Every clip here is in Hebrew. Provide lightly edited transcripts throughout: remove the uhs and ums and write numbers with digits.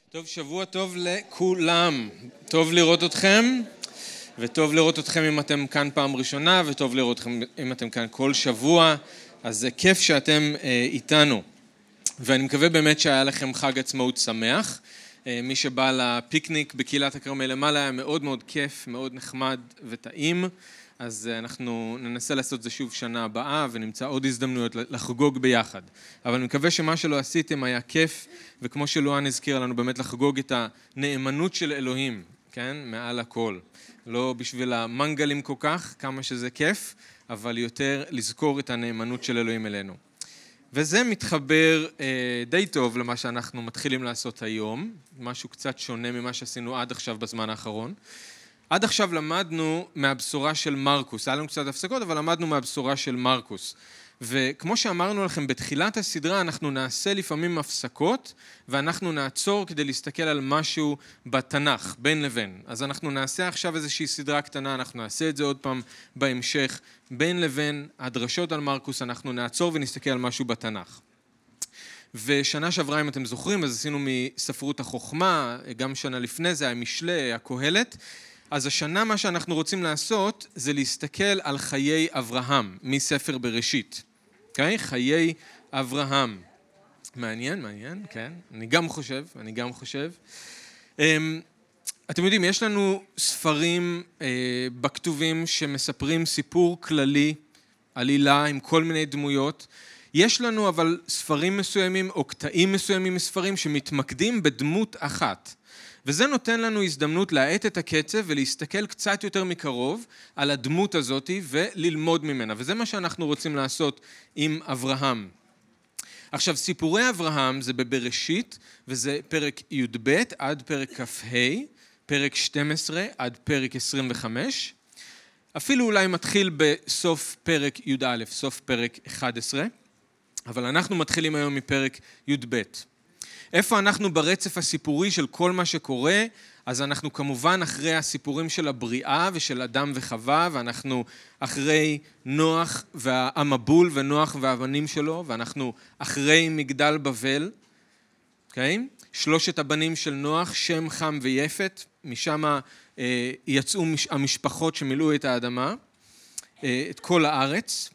טוב, שבוע טוב לכולם. טוב לראות אתכם, וטוב לראות אתכם אם אתם כאן פעם ראשונה, וטוב לראות אתכם אם אתם כאן כל שבוע. אז זה כיף שאתם איתנו. ואני מקווה באמת שהיה לכם חג עצמאות שמח. מי שבא לפיקניק בקהילת הכרמל למעלה היה מאוד מאוד כיף, מאוד נחמד וטעים. אז אנחנו ננסה לעשות את זה שוב שנה הבאה, ונמצא עוד הזדמנויות לחגוג ביחד. אבל אני מקווה שמה שלא עשיתם היה כיף, וכמו שלואן הזכיר לנו, באמת לחגוג את הנאמנות של אלוהים, כן? מעל הכל. לא בשביל המנגלים כל כך, כמה שזה כיף, אבל יותר לזכור את הנאמנות של אלוהים אלינו. וזה מתחבר די טוב למה שאנחנו מתחילים לעשות היום, משהו קצת שונה ממה שעשינו עד עכשיו בזמן האחרון. עד עכשיו למדנו מהבשורה של מרקוס, היה לנו קצת הפסקות, אבל למדנו מהבשורה של מרקוס. וכמו שאמרנו לכם, בתחילת הסדרה אנחנו נעשה לפעמים הפסקות, ואנחנו נעצור כדי להסתכל על משהו בתנ"ך, בין לבין. אז אנחנו נעשה עכשיו איזושהי סדרה קטנה, אנחנו נעשה את זה עוד פעם בהמשך, בין לבין הדרשות על מרקוס, אנחנו נעצור ונסתכל על משהו בתנ"ך. ושנה שעברה, אם אתם זוכרים, אז עשינו מספרות החוכמה, גם שנה לפני זה, המשלי, הקהלת. אז השנה מה שאנחנו רוצים לעשות זה להסתכל על חיי אברהם מספר בראשית. אוקיי? חיי אברהם. מעניין, כן. אני גם חושב. אתם יודעים, יש לנו ספרים בכתובים שמספרים סיפור כללי, עלילה עם כל מיני דמויות. יש לנו אבל ספרים מסוימים או קטעים מסוימים מספרים שמתמקדים בדמות אחת. וזה נותן לנו הזדמנות להאט את הקצב ולהסתכל קצת יותר מקרוב על הדמות הזאת וללמוד ממנה. וזה מה שאנחנו רוצים לעשות עם אברהם. עכשיו, סיפורי אברהם זה בבראשית, וזה פרק י"ב עד פרק כ"ה, פרק 12 עד פרק 25. אפילו אולי מתחיל בסוף פרק י"א, סוף פרק 11. אבל אנחנו מתחילים היום מפרק י"ב. איפה אנחנו ברצף הסיפורי של כל מה שקורה? אז אנחנו כמובן אחרי הסיפורים של הבריאה ושל אדם וחווה, ואנחנו אחרי נוח והמבול ונוח והבנים שלו, ואנחנו אחרי מגדל בבל, אוקיי? שלושת הבנים של נוח, שם, חם ויפת, משם יצאו המשפחות שמילאו את האדמה, את כל הארץ.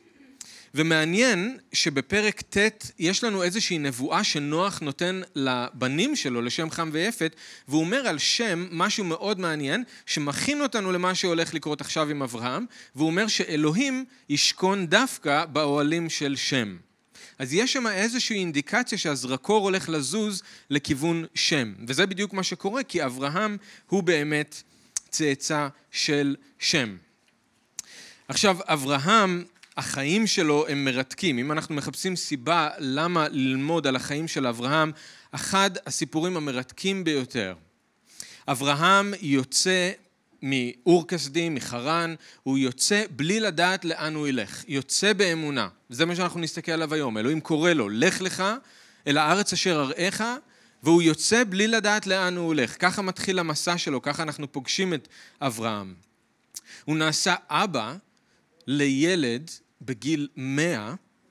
ומעניין שבפרק ט' יש לנו איזושהי נבואה שנוח נותן לבנים שלו, לשם חם ויפת, והוא אומר על שם משהו מאוד מעניין, שמכין אותנו למה שהולך לקרות עכשיו עם אברהם, והוא אומר שאלוהים ישכון דווקא באוהלים של שם. אז יש שם איזושהי אינדיקציה שהזרקור הולך לזוז לכיוון שם, וזה בדיוק מה שקורה, כי אברהם הוא באמת צאצא של שם. עכשיו, אברהם, החיים שלו הם מרתקים. אם אנחנו מחפשים סיבה למה ללמוד על החיים של אברהם, אחד הסיפורים המרתקים ביותר. אברהם יוצא מאור כסדים, מחרן, הוא יוצא בלי לדעת לאן הוא ילך, יוצא באמונה. וזה מה שאנחנו נסתכל עליו היום. אלוהים קורא לו, לך לך אל הארץ אשר אראך, והוא יוצא בלי לדעת לאן הוא הולך. ככה מתחיל המסע שלו, ככה אנחנו פוגשים את אברהם. הוא נעשה אבא לילד בגיל 100,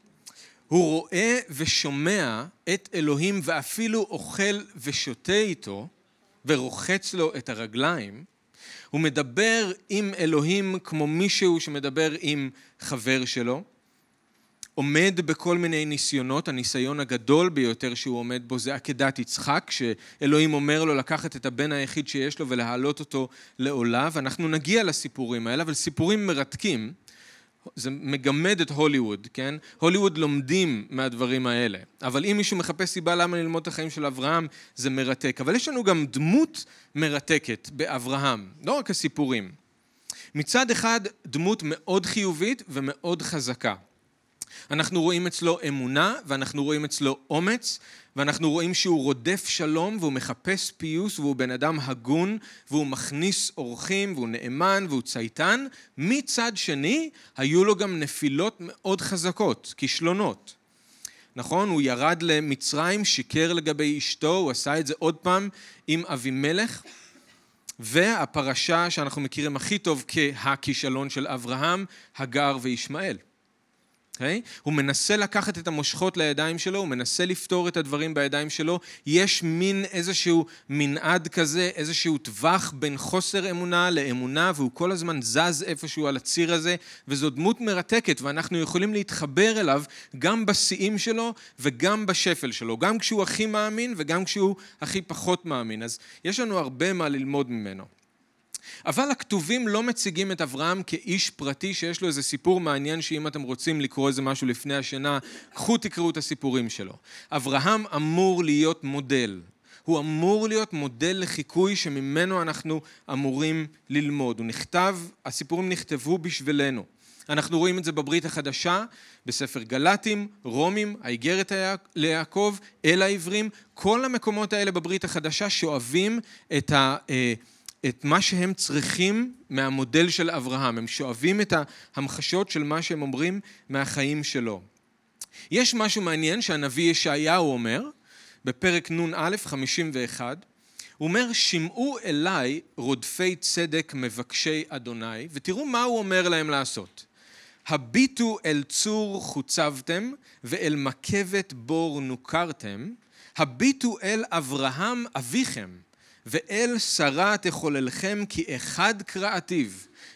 הוא רואה ושומע את אלוהים ואפילו אוכל ושותה איתו ורוחץ לו את הרגליים. הוא מדבר עם אלוהים כמו מישהו שמדבר עם חבר שלו. עומד בכל מיני ניסיונות, הניסיון הגדול ביותר שהוא עומד בו זה עקדת יצחק, שאלוהים אומר לו לקחת את הבן היחיד שיש לו ולהעלות אותו לעולה, ואנחנו נגיע לסיפורים האלה, אבל סיפורים מרתקים. זה מגמד את הוליווד, כן? הוליווד לומדים מהדברים האלה. אבל אם מישהו מחפש סיבה למה ללמוד את החיים של אברהם, זה מרתק. אבל יש לנו גם דמות מרתקת באברהם, לא רק הסיפורים. מצד אחד, דמות מאוד חיובית ומאוד חזקה. אנחנו רואים אצלו אמונה, ואנחנו רואים אצלו אומץ, ואנחנו רואים שהוא רודף שלום, והוא מחפש פיוס, והוא בן אדם הגון, והוא מכניס אורחים, והוא נאמן, והוא צייתן. מצד שני, היו לו גם נפילות מאוד חזקות, כישלונות. נכון? הוא ירד למצרים, שיקר לגבי אשתו, הוא עשה את זה עוד פעם עם אבימלך, והפרשה שאנחנו מכירים הכי טוב כהכישלון של אברהם, הגר וישמעאל. Okay? הוא מנסה לקחת את המושכות לידיים שלו, הוא מנסה לפתור את הדברים בידיים שלו, יש מין איזשהו מנעד כזה, איזשהו טווח בין חוסר אמונה לאמונה, והוא כל הזמן זז איפשהו על הציר הזה, וזו דמות מרתקת, ואנחנו יכולים להתחבר אליו גם בשיאים שלו וגם בשפל שלו, גם כשהוא הכי מאמין וגם כשהוא הכי פחות מאמין, אז יש לנו הרבה מה ללמוד ממנו. אבל הכתובים לא מציגים את אברהם כאיש פרטי שיש לו איזה סיפור מעניין שאם אתם רוצים לקרוא איזה משהו לפני השינה, קחו תקראו את הסיפורים שלו. אברהם אמור להיות מודל. הוא אמור להיות מודל לחיקוי שממנו אנחנו אמורים ללמוד. הוא נכתב, הסיפורים נכתבו בשבילנו. אנחנו רואים את זה בברית החדשה, בספר גלטים, רומים, האיגרת ליעקב, אל העברים. כל המקומות האלה בברית החדשה שואבים את מה שהם צריכים מהמודל של אברהם, הם שואבים את ההמחשות של מה שהם אומרים מהחיים שלו. יש משהו מעניין שהנביא ישעיהו אומר, בפרק נ"א 51, הוא אומר, שמעו אליי רודפי צדק מבקשי אדוני, ותראו מה הוא אומר להם לעשות. הביטו אל צור חוצבתם, ואל מקבת בור נוקרתם, הביטו אל אברהם אביכם, ואל שרה תחוללכם כי אחד קראתיו,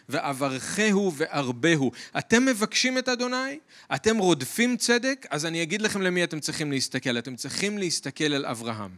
ואברכהו וארבהו. אתם מבקשים את אדוני? אתם רודפים צדק? אז אני אגיד לכם למי אתם צריכים להסתכל. אתם צריכים להסתכל על אברהם.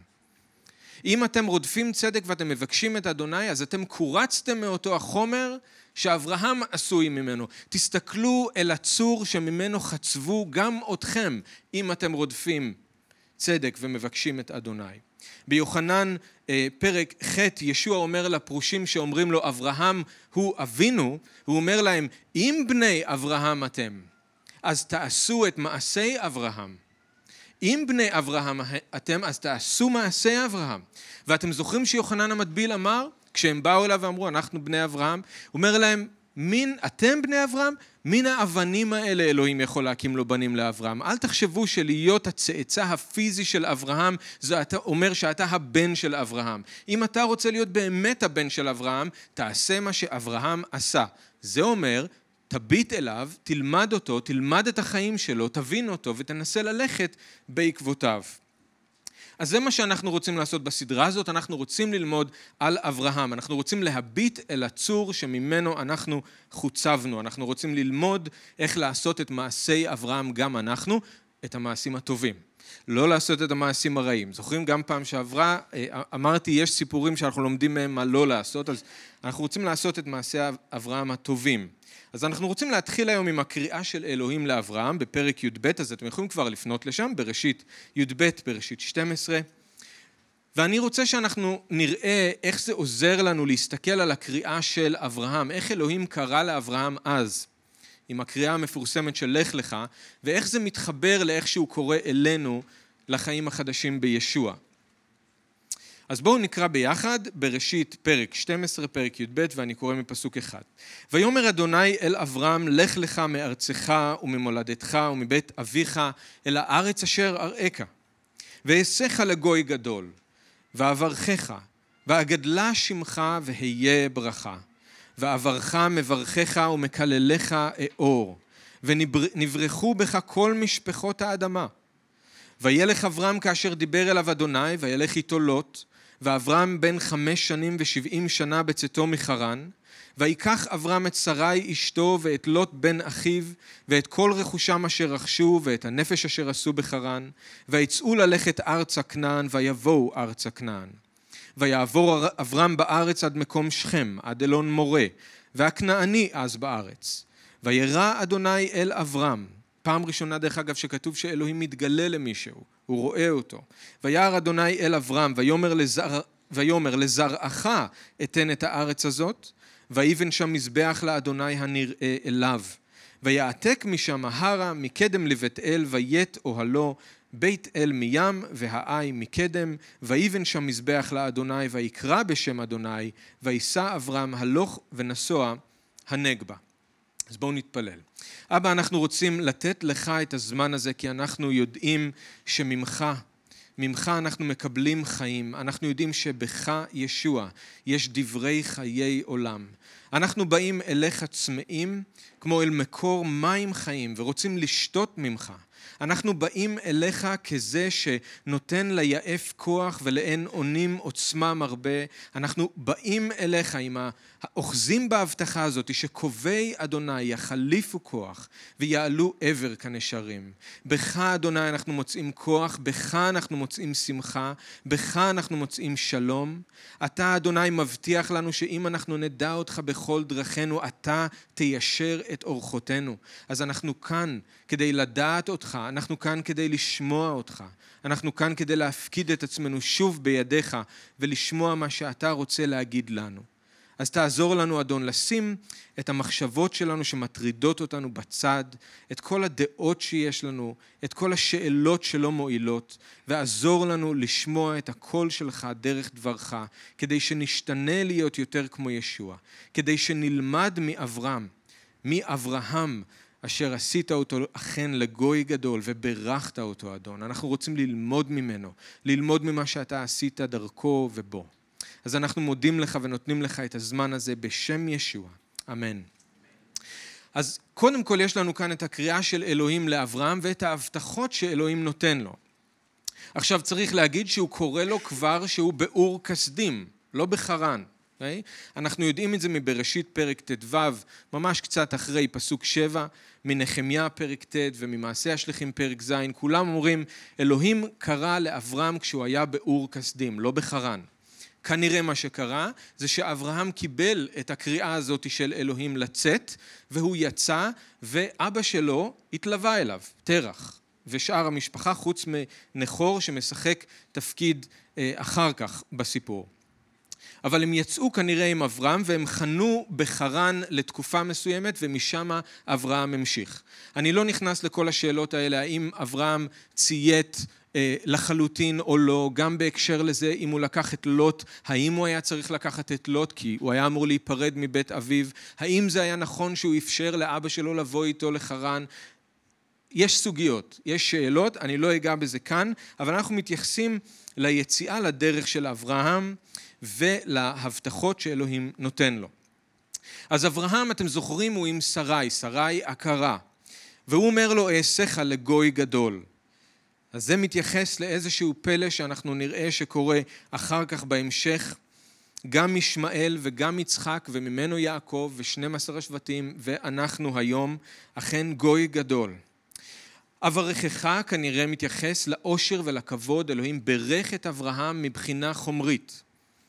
אם אתם רודפים צדק ואתם מבקשים את אדוני, אז אתם קורצתם מאותו החומר שאברהם עשוי ממנו. תסתכלו אל הצור שממנו חצבו גם אתכם, אם אתם רודפים צדק ומבקשים את אדוני. ביוחנן פרק ח' ישוע אומר לפרושים שאומרים לו אברהם הוא אבינו, הוא אומר להם אם בני אברהם אתם, אז תעשו את מעשי אברהם. אם בני אברהם אתם, אז תעשו מעשי אברהם. ואתם זוכרים שיוחנן המטביל אמר, כשהם באו אליו ואמרו אנחנו בני אברהם, הוא אומר להם אתם בני אברהם? מן האבנים האלה אלוהים יכול להקים לו בנים לאברהם. אל תחשבו שלהיות הצאצא הפיזי של אברהם, זה אומר שאתה הבן של אברהם. אם אתה רוצה להיות באמת הבן של אברהם, תעשה מה שאברהם עשה. זה אומר, תביט אליו, תלמד אותו, תלמד את החיים שלו, תבין אותו ותנסה ללכת בעקבותיו. אז זה מה שאנחנו רוצים לעשות בסדרה הזאת, אנחנו רוצים ללמוד על אברהם, אנחנו רוצים להביט אל הצור שממנו אנחנו חוצבנו, אנחנו רוצים ללמוד איך לעשות את מעשי אברהם גם אנחנו, את המעשים הטובים, לא לעשות את המעשים הרעים. זוכרים גם פעם שעברה, אמרתי יש סיפורים שאנחנו לומדים מהם מה לא לעשות, אז אנחנו רוצים לעשות את מעשי אברהם הטובים. אז אנחנו רוצים להתחיל היום עם הקריאה של אלוהים לאברהם בפרק י"ב, אז אתם יכולים כבר לפנות לשם, בראשית י"ב, בראשית 12. ואני רוצה שאנחנו נראה איך זה עוזר לנו להסתכל על הקריאה של אברהם, איך אלוהים קרא לאברהם אז, עם הקריאה המפורסמת של לך לך, ואיך זה מתחבר לאיך שהוא קורא אלינו לחיים החדשים בישוע. אז בואו נקרא ביחד בראשית פרק 12, פרק י"ב, ואני קורא מפסוק 1. ויאמר אדוני אל אברהם, לך לך מארצך וממולדתך ומבית אביך אל הארץ אשר אראך. ואעשך לגוי גדול, ואברכך, ואגדלה שמך והיה ברכה. ואברך מברכך ומקללך אאור, ונברכו בך כל משפחות האדמה. וילך אברהם כאשר דיבר אליו אדוני, וילך איתו לוט, ואברהם בן 5 שנים ו70 שנה בצאתו מחרן, ויקח אברהם את שרי אשתו ואת לוט בן אחיו, ואת כל רכושם אשר רכשו, ואת הנפש אשר עשו בחרן, ויצאו ללכת ארצה כנען, ויבואו ארצה כנען. ויעבור אברהם בארץ עד מקום שכם, עד אלון מורה, והכנעני אז בארץ. וירא אדוני אל אברהם, פעם ראשונה דרך אגב שכתוב שאלוהים מתגלה למישהו, הוא רואה אותו. וירא אדוני אל אברהם, ויאמר לזרעך אתן את הארץ הזאת, ויבן שם מזבח לאדוני הנראה אליו. ויעתק משם ההרה מקדם לבית אל, ויית אוהלו בית אל מים והעי מקדם, ויבן שם מזבח לאדוני, ויקרא בשם אדוני, ויסע אברהם הלוך ונסוע הנגבה. אז בואו נתפלל. אבא, אנחנו רוצים לתת לך את הזמן הזה, כי אנחנו יודעים שממך ממך אנחנו מקבלים חיים, אנחנו יודעים שבך ישוע יש דברי חיי עולם. אנחנו באים אליך צמאים כמו אל מקור מים חיים ורוצים לשתות ממך. אנחנו באים אליך כזה שנותן ליעף כוח ולאין אונים עוצמה מרבה. אנחנו באים אליך עם האוחזים בהבטחה הזאת שקובעי אדוני יחליפו כוח ויעלו עבר כנשרים. בך אדוני אנחנו מוצאים כוח, בך אנחנו מוצאים שמחה, בך אנחנו מוצאים שלום. אתה אדוני מבטיח לנו שאם אנחנו נדע אותך בכל דרכינו, אתה תיישר את אורחותינו. אז אנחנו כאן כדי לדעת אותך, אנחנו כאן כדי לשמוע אותך, אנחנו כאן כדי להפקיד את עצמנו שוב בידיך ולשמוע מה שאתה רוצה להגיד לנו. אז תעזור לנו אדון לשים את המחשבות שלנו שמטרידות אותנו בצד, את כל הדעות שיש לנו, את כל השאלות שלא מועילות, ועזור לנו לשמוע את הקול שלך דרך דברך, כדי שנשתנה להיות יותר כמו ישוע, כדי שנלמד מאברהם, אשר עשית אותו אכן לגוי גדול וברכת אותו אדון. אנחנו רוצים ללמוד ממנו, ללמוד ממה שאתה עשית דרכו ובו. אז אנחנו מודים לך ונותנים לך את הזמן הזה בשם ישוע. אמן. אז קודם כל יש לנו כאן את הקריאה של אלוהים לאברהם ואת ההבטחות שאלוהים נותן לו. עכשיו צריך להגיד שהוא קורא לו כבר שהוא באור כסדים, לא בחרן. אנחנו יודעים את זה מבראשית פרק ט"ו, ממש קצת אחרי פסוק 7, מנחמיה פרק ט' וממעשה השליחים פרק ז', כולם אומרים, אלוהים קרא לאברהם כשהוא היה באור כסדים, לא בחרן. כנראה מה שקרה זה שאברהם קיבל את הקריאה הזאת של אלוהים לצאת, והוא יצא ואבא שלו התלווה אליו, תרח, ושאר המשפחה חוץ מנחור שמשחק תפקיד אחר כך בסיפור. אבל הם יצאו כנראה עם אברהם והם חנו בחרן לתקופה מסוימת ומשם אברהם המשיך. אני לא נכנס לכל השאלות האלה, האם אברהם ציית לחלוטין או לא, גם בהקשר לזה אם הוא לקח את לוט, האם הוא היה צריך לקחת את לוט כי הוא היה אמור להיפרד מבית אביו, האם זה היה נכון שהוא אפשר לאבא שלו לבוא איתו לחרן, יש סוגיות, יש שאלות, אני לא אגע בזה כאן, אבל אנחנו מתייחסים ליציאה לדרך של אברהם ולהבטחות שאלוהים נותן לו. אז אברהם, אתם זוכרים, הוא עם שרי עקרה, והוא אומר לו, אעשיך לגוי גדול. אז זה מתייחס לאיזשהו פלא שאנחנו נראה שקורה אחר כך בהמשך, גם ישמעאל וגם יצחק וממנו יעקב ו12 השבטים ואנחנו היום אכן גוי גדול. אברכך כנראה מתייחס לאושר ולכבוד, אלוהים ברך את אברהם מבחינה חומרית.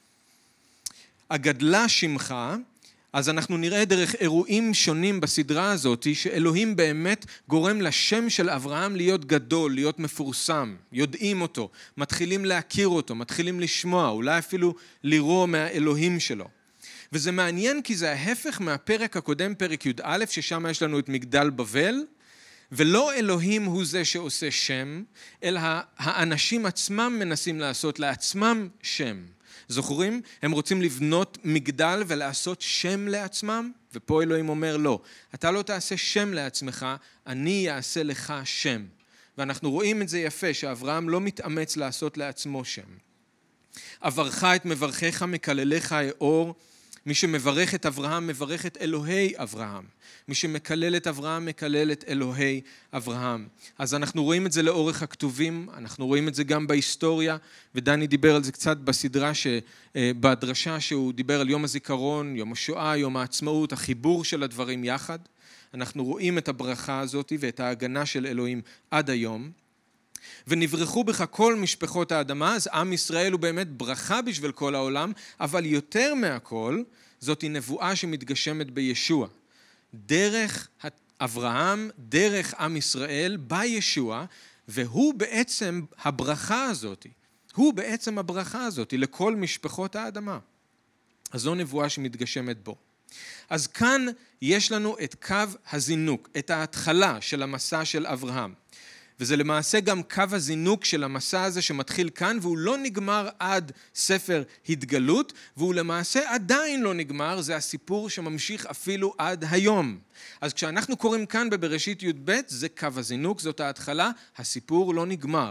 הגדלה שמך, אז אנחנו נראה דרך אירועים שונים בסדרה הזאת, שאלוהים באמת גורם לשם של אברהם להיות גדול, להיות מפורסם, יודעים אותו, מתחילים להכיר אותו, מתחילים לשמוע, אולי אפילו לראות מהאלוהים שלו. וזה מעניין כי זה ההפך מהפרק הקודם, פרק י"א, ששם יש לנו את מגדל בבל, ולא אלוהים הוא זה שעושה שם, אלא האנשים עצמם מנסים לעשות לעצמם שם. זוכרים? הם רוצים לבנות מגדל ולעשות שם לעצמם, ופה אלוהים אומר לא, אתה לא תעשה שם לעצמך, אני אעשה לך שם. ואנחנו רואים את זה יפה, שאברהם לא מתאמץ לעשות לעצמו שם. אברך את מברכך מקלליך אאור, מי שמברך את אברהם מברך את אלוהי אברהם. מי שמקלל את אברהם מקלל את אלוהי אברהם. אז אנחנו רואים את זה לאורך הכתובים, אנחנו רואים את זה גם בהיסטוריה, ודני דיבר על זה קצת בסדרה, בדרשה שהוא דיבר על יום הזיכרון, יום השואה, יום העצמאות, החיבור של הדברים יחד. אנחנו רואים את הברכה הזאת ואת ההגנה של אלוהים עד היום. ונברכו בך כל משפחות האדמה, אז עם ישראל הוא באמת ברכה בשביל כל העולם, אבל יותר מהכל, זאת היא נבואה שמתגשמת בישוע. דרך אברהם, דרך עם ישראל, בא ישוע, והוא בעצם הברכה הזאת. הוא בעצם הברכה הזאת לכל משפחות האדמה. אז זו נבואה שמתגשמת בו. אז כאן יש לנו את קו הזינוק, את ההתחלה של המסע של אברהם. וזה למעשה גם קו הזינוק של המסע הזה שמתחיל כאן, והוא לא נגמר עד ספר התגלות, והוא למעשה עדיין לא נגמר, זה הסיפור שממשיך אפילו עד היום. אז כשאנחנו קוראים כאן בבראשית י"ב, זה קו הזינוק, זאת ההתחלה, הסיפור לא נגמר.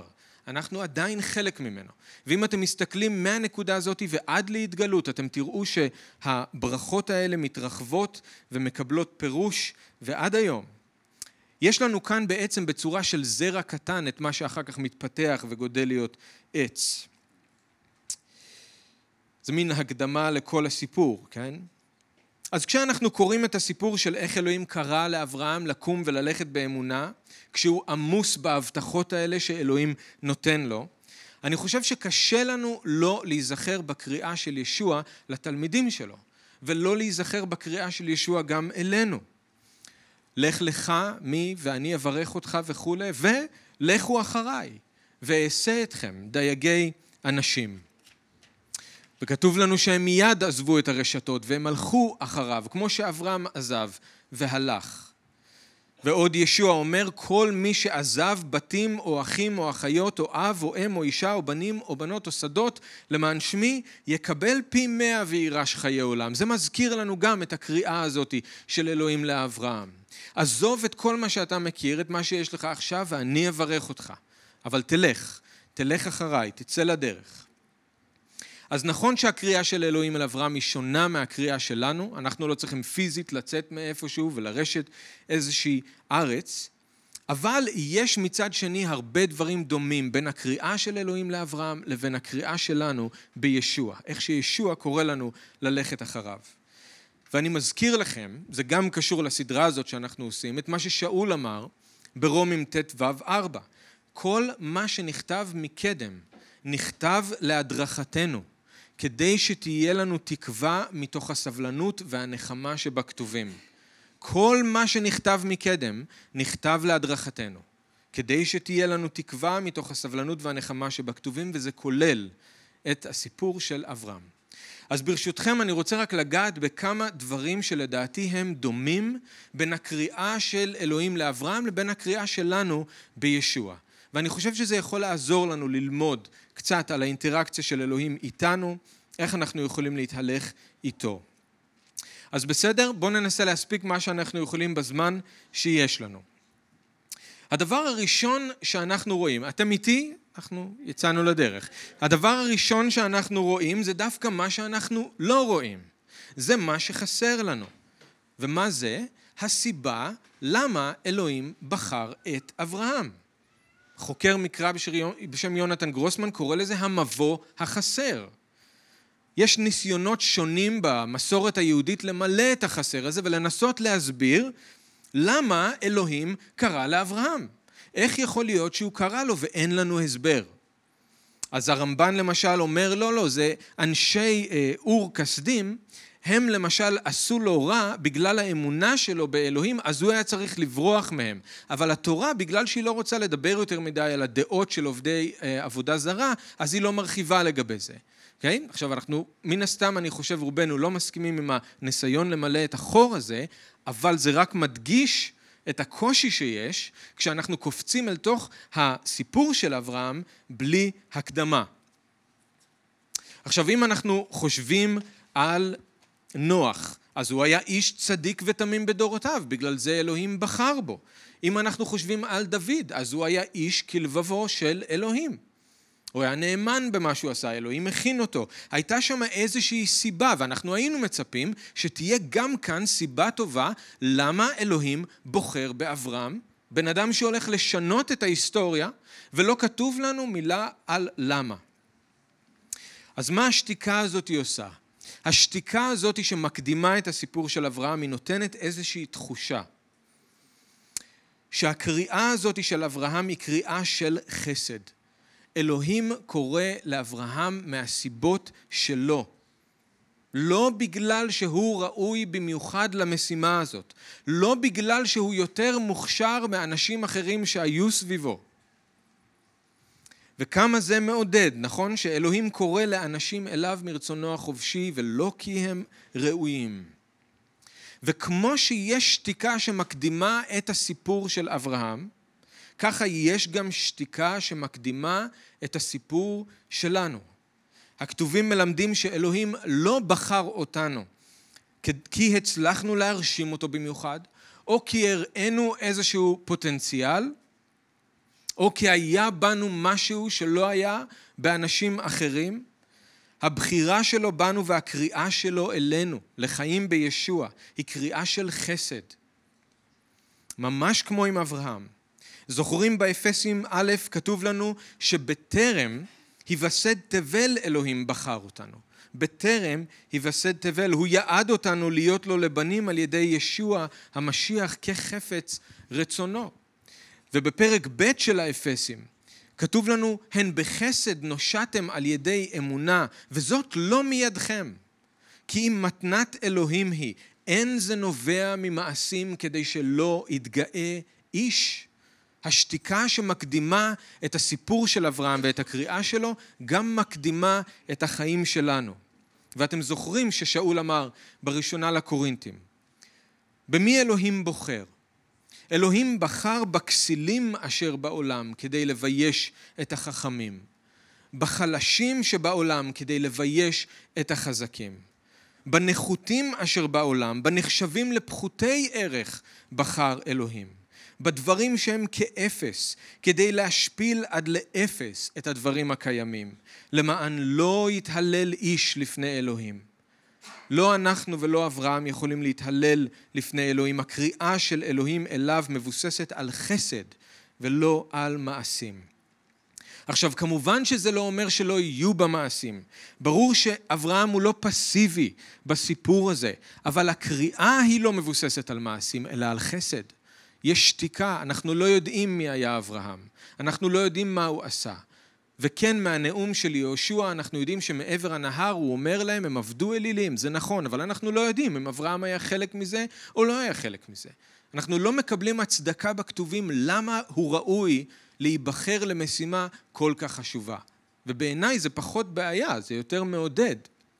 אנחנו עדיין חלק ממנו. ואם אתם מסתכלים מהנקודה הזאת ועד להתגלות, אתם תראו שהברכות האלה מתרחבות ומקבלות פירוש, ועד היום. יש לנו כאן בעצם בצורה של זרע קטן את מה שאחר כך מתפתח וגודל להיות עץ. זה מין הקדמה לכל הסיפור, כן? אז כשאנחנו קוראים את הסיפור של איך אלוהים קרא לאברהם לקום וללכת באמונה, כשהוא עמוס בהבטחות האלה שאלוהים נותן לו, אני חושב שקשה לנו לא להיזכר בקריאה של ישוע לתלמידים שלו, ולא להיזכר בקריאה של ישוע גם אלינו. לך לך מי ואני אברך אותך וכו', ולכו אחריי, ואעשה אתכם דייגי אנשים. וכתוב לנו שהם מיד עזבו את הרשתות והם הלכו אחריו, כמו שאברהם עזב והלך. ועוד ישוע אומר, כל מי שעזב בתים או אחים או אחיות או אב או אם או אישה או בנים או בנות או שדות למען שמי, יקבל פי 100 וירש חיי עולם. זה מזכיר לנו גם את הקריאה הזאת של אלוהים לאברהם. עזוב את כל מה שאתה מכיר, את מה שיש לך עכשיו, ואני אברך אותך. אבל תלך אחריי, תצא לדרך. אז נכון שהקריאה של אלוהים אל אברהם היא שונה מהקריאה שלנו, אנחנו לא צריכים פיזית לצאת מאיפשהו ולרשת איזושהי ארץ, אבל יש מצד שני הרבה דברים דומים בין הקריאה של אלוהים לאברהם לבין הקריאה שלנו בישוע, איך שישוע קורא לנו ללכת אחריו. ואני מזכיר לכם, זה גם קשור לסדרה הזאת שאנחנו עושים, את מה ששאול אמר ברומים ט"ו 4. כל מה שנכתב מקדם נכתב להדרכתנו, כדי שתהיה לנו תקווה מתוך הסבלנות והנחמה שבכתובים. כל מה שנכתב מקדם נכתב להדרכתנו, כדי שתהיה לנו תקווה מתוך הסבלנות והנחמה שבכתובים, וזה כולל את הסיפור של אברהם. אז ברשותכם אני רוצה רק לגעת בכמה דברים שלדעתי הם דומים בין הקריאה של אלוהים לאברהם לבין הקריאה שלנו בישוע. ואני חושב שזה יכול לעזור לנו ללמוד קצת על האינטראקציה של אלוהים איתנו, איך אנחנו יכולים להתהלך איתו. אז בסדר, בואו ננסה להספיק מה שאנחנו יכולים בזמן שיש לנו. הדבר הראשון שאנחנו רואים, אתם איתי? אנחנו יצאנו לדרך. הדבר הראשון שאנחנו רואים זה דווקא מה שאנחנו לא רואים. זה מה שחסר לנו. ומה זה? הסיבה למה אלוהים בחר את אברהם. חוקר מקרא בשם יונתן גרוסמן קורא לזה המבוא החסר. יש ניסיונות שונים במסורת היהודית למלא את החסר הזה ולנסות להסביר למה אלוהים קרא לאברהם. איך יכול להיות שהוא קרא לו ואין לנו הסבר? אז הרמב"ן למשל אומר לא, זה אנשי אור כסדים, הם למשל עשו לו רע בגלל האמונה שלו באלוהים, אז הוא היה צריך לברוח מהם. אבל התורה, בגלל שהיא לא רוצה לדבר יותר מדי על הדעות של עובדי עבודה זרה, אז היא לא מרחיבה לגבי זה. Okay? עכשיו אנחנו, מן הסתם אני חושב רובנו לא מסכימים עם הניסיון למלא את החור הזה, אבל זה רק מדגיש את הקושי שיש כשאנחנו קופצים אל תוך הסיפור של אברהם בלי הקדמה. עכשיו אם אנחנו חושבים על נוח, אז הוא היה איש צדיק ותמים בדורותיו, בגלל זה אלוהים בחר בו. אם אנחנו חושבים על דוד, אז הוא היה איש כלבבו של אלוהים. הוא היה נאמן במה שהוא עשה, אלוהים הכין אותו. הייתה שם איזושהי סיבה, ואנחנו היינו מצפים שתהיה גם כאן סיבה טובה למה אלוהים בוחר באברהם, בן אדם שהולך לשנות את ההיסטוריה, ולא כתוב לנו מילה על למה. אז מה השתיקה הזאת היא עושה? השתיקה הזאת שמקדימה את הסיפור של אברהם, היא נותנת איזושהי תחושה. שהקריאה הזאת של אברהם היא קריאה של חסד. אלוהים קורא לאברהם מהסיבות שלו. לא בגלל שהוא ראוי במיוחד למשימה הזאת. לא בגלל שהוא יותר מוכשר מאנשים אחרים שהיו סביבו. וכמה זה מעודד, נכון? שאלוהים קורא לאנשים אליו מרצונו החופשי ולא כי הם ראויים. וכמו שיש שתיקה שמקדימה את הסיפור של אברהם, ככה יש גם שתיקה שמקדימה את הסיפור שלנו. הכתובים מלמדים שאלוהים לא בחר אותנו, כי הצלחנו להרשים אותו במיוחד, או כי הראינו איזשהו פוטנציאל, או כי היה בנו משהו שלא היה באנשים אחרים. הבחירה שלו בנו והקריאה שלו אלינו, לחיים בישוע, היא קריאה של חסד. ממש כמו עם אברהם. זוכרים באפסים א' כתוב לנו שבטרם היווסד תבל אלוהים בחר אותנו. בטרם היווסד תבל, הוא יעד אותנו להיות לו לבנים על ידי ישוע המשיח כחפץ רצונו. ובפרק ב' של האפסים כתוב לנו, הן בחסד נושעתם על ידי אמונה, וזאת לא מידכם. כי אם מתנת אלוהים היא, אין זה נובע ממעשים כדי שלא יתגאה איש. השתיקה שמקדימה את הסיפור של אברהם ואת הקריאה שלו, גם מקדימה את החיים שלנו. ואתם זוכרים ששאול אמר בראשונה לקורינתים, במי אלוהים בוחר? אלוהים בחר בכסילים אשר בעולם כדי לבייש את החכמים, בחלשים שבעולם כדי לבייש את החזקים, בנחותים אשר בעולם, בנחשבים לפחותי ערך בחר אלוהים, בדברים שהם כאפס כדי להשפיל עד לאפס את הדברים הקיימים, למען לא יתהלל איש לפני אלוהים. לא אנחנו ולא אברהם יכולים להתהלל לפני אלוהים. הקריאה של אלוהים אליו מבוססת על חסד ולא על מעשים. עכשיו, כמובן שזה לא אומר שלא יהיו במעשים. ברור שאברהם הוא לא פסיבי בסיפור הזה, אבל הקריאה היא לא מבוססת על מעשים, אלא על חסד. יש שתיקה, אנחנו לא יודעים מי היה אברהם. אנחנו לא יודעים מה הוא עשה. וכן מהנאום של יהושע אנחנו יודעים שמעבר הנהר הוא אומר להם הם עבדו אלילים, זה נכון, אבל אנחנו לא יודעים אם אברהם היה חלק מזה או לא היה חלק מזה. אנחנו לא מקבלים הצדקה בכתובים למה הוא ראוי להיבחר למשימה כל כך חשובה. ובעיניי זה פחות בעיה, זה יותר מעודד.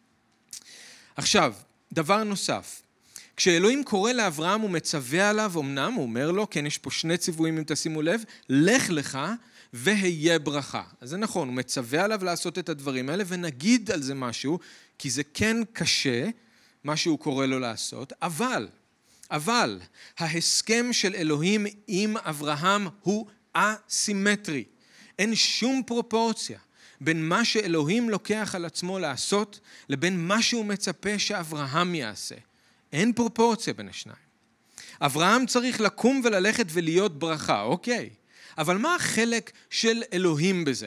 עכשיו, דבר נוסף, כשאלוהים קורא לאברהם הוא מצווה עליו, אמנם הוא אומר לו, כן יש פה שני ציוויים אם תשימו לב, לך לך והיה ברכה. אז זה נכון, הוא מצווה עליו לעשות את הדברים האלה, ונגיד על זה משהו, כי זה כן קשה, מה שהוא קורא לו לעשות, אבל, ההסכם של אלוהים עם אברהם הוא אסימטרי. אין שום פרופורציה בין מה שאלוהים לוקח על עצמו לעשות, לבין מה שהוא מצפה שאברהם יעשה. אין פרופורציה בין השניים. אברהם צריך לקום וללכת ולהיות ברכה, אוקיי. אבל מה החלק של אלוהים בזה?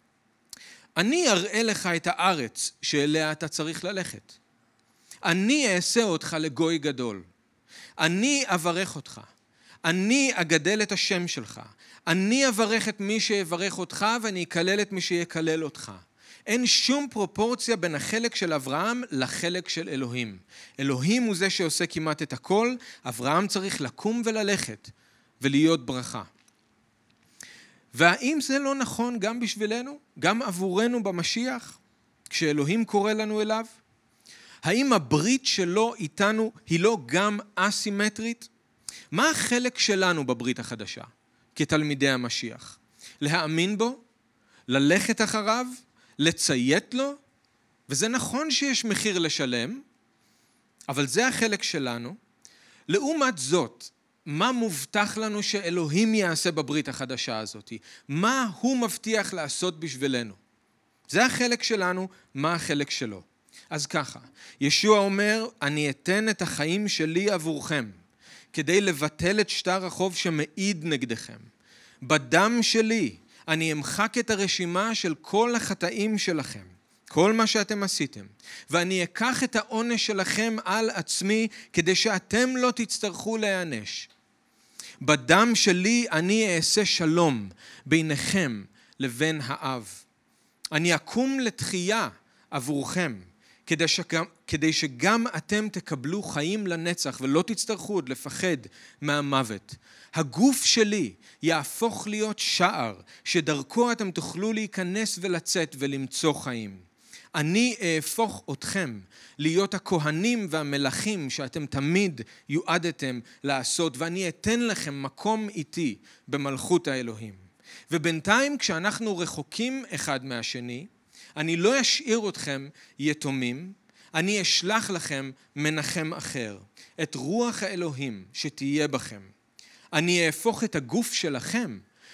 אני אראה לך את הארץ שאליה אתה צריך ללכת. אני אעשה אותך לגוי גדול. אני אברך אותך. אני אגדל את השם שלך. אני אברך את מי שיברך אותך ואני אקלל את מי שיקלל אותך. אין שום פרופורציה בין החלק של אברהם לחלק של אלוהים. אלוהים הוא זה שעושה כמעט את הכל, אברהם צריך לקום וללכת ולהיות ברכה. והאם זה לא נכון גם בשבילנו? גם עבורנו במשיח? כשאלוהים קורא לנו אליו? האם הברית שלו איתנו היא לא גם אסימטרית? מה החלק שלנו בברית החדשה כתלמידי המשיח? להאמין בו? ללכת אחריו? לציית לו? וזה נכון שיש מחיר לשלם, אבל זה החלק שלנו. לעומת זאת, מה מובטח לנו שאלוהים יעשה בברית החדשה הזאת? מה הוא מבטיח לעשות בשבילנו? זה החלק שלנו, מה החלק שלו? אז ככה, ישוע אומר, אני אתן את החיים שלי עבורכם, כדי לבטל את שטר החוב שמעיד נגדכם. בדם שלי אני אמחק את הרשימה של כל החטאים שלכם, כל מה שאתם עשיתם, ואני אקח את העונש שלכם על עצמי, כדי שאתם לא תצטרכו להיענש. בדם שלי אני אעשה שלום ביניכם לבין האב. אני אקום לתחייה עבורכם, כדי שגם אתם תקבלו חיים לנצח ולא תצטרכו עוד לפחד מהמוות. הגוף שלי יהפוך להיות שער, שדרכו אתם תוכלו להיכנס ולצאת ולמצוא חיים. אני אהפוך אתכם להיות הכהנים והמלכים שאתם תמיד יועדתם לעשות, ואני אתן לכם מקום איתי במלכות האלוהים. ובינתיים כשאנחנו רחוקים אחד מהשני, אני לא אשאיר אתכם יתומים, אני אשלח לכם מנחם אחר, את רוח האלוהים שתהיה בכם. אני אהפוך את הגוף שלכם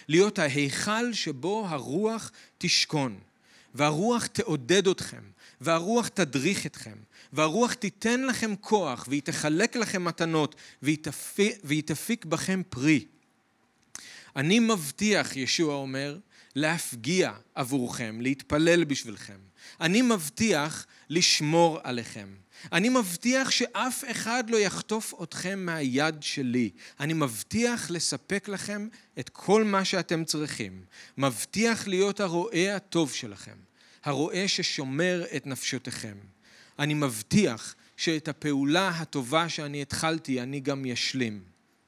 להיות ההיכל שבו הרוח תשכון, והרוח תעודד אתכם, והרוח תדריך אתכם, והרוח תיתן לכם כוח, והיא תחלק לכם מתנות, והיא תפיק בכם פרי. אני מבטיח, ישוע אומר, להפגיע עבורכם, להתפלל בשבילכם. אני מבטיח לשמור עליכם. אני מבטיח שאף אחד לא יחטוף אתכם מהיד שלי. אני מבטיח לספק לכם את כל מה שאתם צריכים. מבטיח להיות הרועה הטוב שלכם, הרועה ששומר את נפשותיכם. אני מבטיח שאת הפעולה הטובה שאני התחלתי, אני גם ישלים.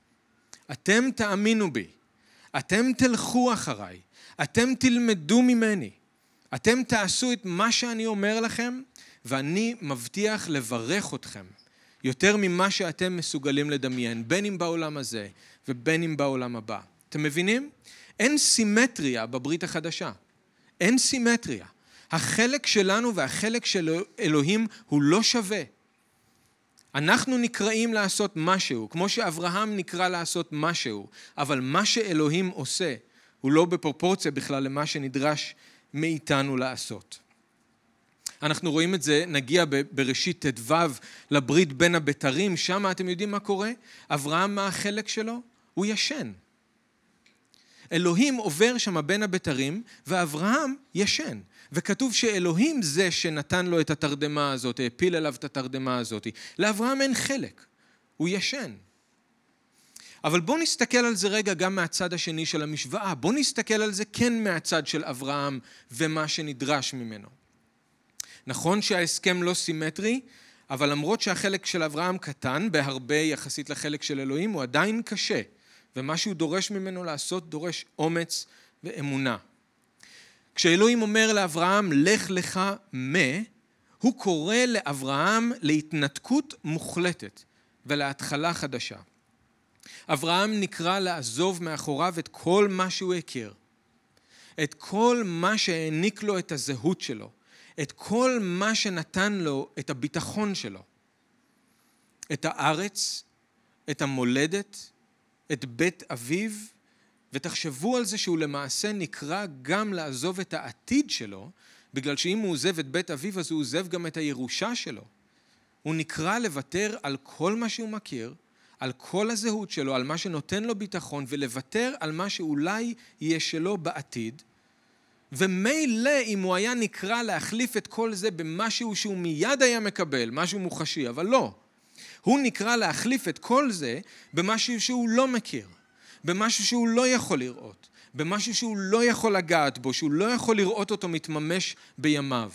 אתם תאמינו בי, אתם תלכו אחריי, אתם תלמדו ממני, אתם תעשו את מה שאני אומר לכם, ואני מבטיח לברך אתכם, יותר ממה שאתם מסוגלים לדמיין, בין אם בעולם הזה ובין אם בעולם הבא. אתם מבינים? אין סימטריה בברית החדשה. אין סימטריה. החלק שלנו והחלק של אלוהים הוא לא שווה. אנחנו נקראים לעשות משהו, כמו שאברהם נקרא לעשות משהו, אבל מה שאלוהים עושה הוא לא בפרופורציה בכלל למה שנדרש מאיתנו לעשות. אנחנו רואים את זה, נגיע בראשית ט"ו לברית בין הבתרים, שם אתם יודעים מה קורה? אברהם, מה החלק שלו? הוא ישן. אלוהים עובר שם בין הבתרים, ואברהם ישן. וכתוב שאלוהים זה שנתן לו את התרדמה הזאת, הפיל עליו את התרדמה הזאת. לאברהם אין חלק, הוא ישן. אבל בואו נסתכל על זה רגע גם מהצד השני של המשוואה. בואו נסתכל על זה כן מהצד של אברהם ומה שנדרש ממנו. נכון שההסכם לא סימטרי, אבל למרות שהחלק של אברהם קטן בהרבה יחסית לחלק של אלוהים, הוא עדיין קשה. ומה שהוא דורש ממנו לעשות דורש אומץ ואמונה. כשאלוהים אומר לאברהם, לך לך הוא קורא לאברהם להתנתקות מוחלטת ולהתחלה חדשה. אברהם נקרא לעזוב מאחוריו את כל מה שהוא הכיר, את כל מה שהעניק לו את הזהות שלו, את כל מה שנתן לו את הביטחון שלו, את הארץ, את המולדת, את בית אביו, ותחשבו על זה שהוא למעשה נקרא גם לעזוב את העתיד שלו, בגלל שאם הוא עוזב את בית אביו, אז הוא עוזב גם את הירושה שלו. הוא נקרא לוותר על כל מה שהוא מכיר, על כל הזהות שלו, על מה שנותן לו ביטחון, ולוותר על מה שאולי יהיה שלו בעתיד. ומילא אם הוא היה נקרא להחליף את כל זה במשהו שהוא מיד היה מקבל, משהו מוחשי, אבל לא. הוא נקרא להחליף את כל זה במשהו שהוא לא מכיר, במשהו שהוא לא יכול לראות, במשהו שהוא לא יכול לגעת בו, שהוא לא יכול לראות אותו מתממש בימיו.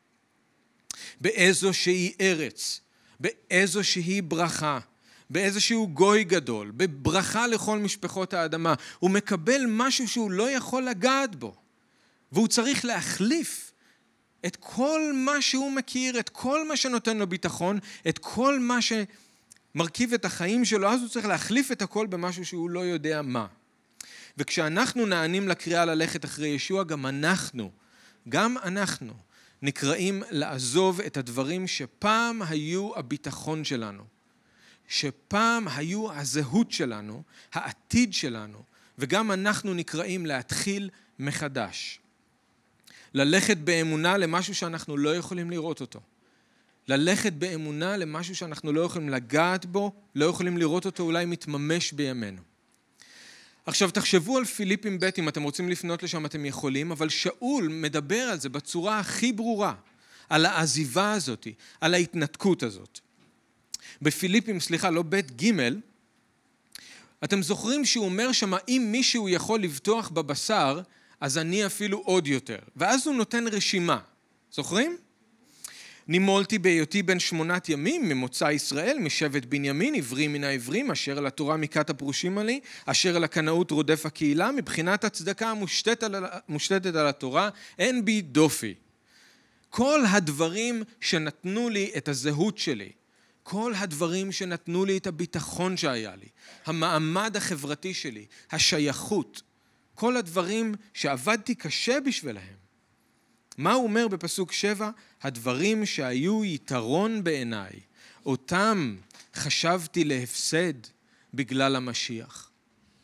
באיזושהי ארץ, באיזושהי ברכה, באיזשהו גוי גדול, בברכה לכל משפחות האדמה, הוא מקבל משהו שהוא לא יכול לגעת בו, והוא צריך להחליף את כל מה שהוא מכיר, את כל מה שנותן לו ביטחון, את כל מה שמרכיב את החיים שלו, אז הוא צריך להחליף את הכל במשהו שהוא לא יודע מה. וכשאנחנו נענים לקריאה ללכת אחרי ישוע, גם אנחנו נקראים לעזוב את הדברים שפעם היו הביטחון שלנו, שפעם היו הזהות שלנו, העתיד שלנו, וגם אנחנו נקראים להתחיל מחדש. ללכת באמונה למשהו שאנחנו לא יכולים לראות אותו. ללכת באמונה למשהו שאנחנו לא יכולים לגעת בו, לא יכולים לראות אותו, אולי מתממש בימינו. עכשיו תחשבו על פיליפים ב', אם אתם רוצים לפנות לשם אתם יכולים, אבל שאול מדבר על זה בצורה הכי ברורה, על העזיבה הזאת, על ההתנתקות הזאת. בפיליפים, לא ב' ג', אתם זוכרים שהוא אומר שמה, אם מישהו יכול לבטוח בבשר, אז אני אפילו עוד יותר. ואז הוא נותן רשימה. זוכרים? נימולתי בהיותי בן 8 ימים ממוצא ישראל, משבט בנימין, עברי מן העברים, אשר על התורה מכת הפרושים עלי, אשר על הקנאות רודף הקהילה, מבחינת הצדקה המושתתת על התורה, אין בי דופי. כל הדברים שנתנו לי את הזהות שלי, כל הדברים שנתנו לי את הביטחון שהיה לי, המעמד החברתי שלי, השייכות, כל הדברים שעבדתי קשה בשבילהם. מה הוא אומר בפסוק 7? הדברים שהיו יתרון בעיניי, אותם חשבתי להפסד בגלל המשיח.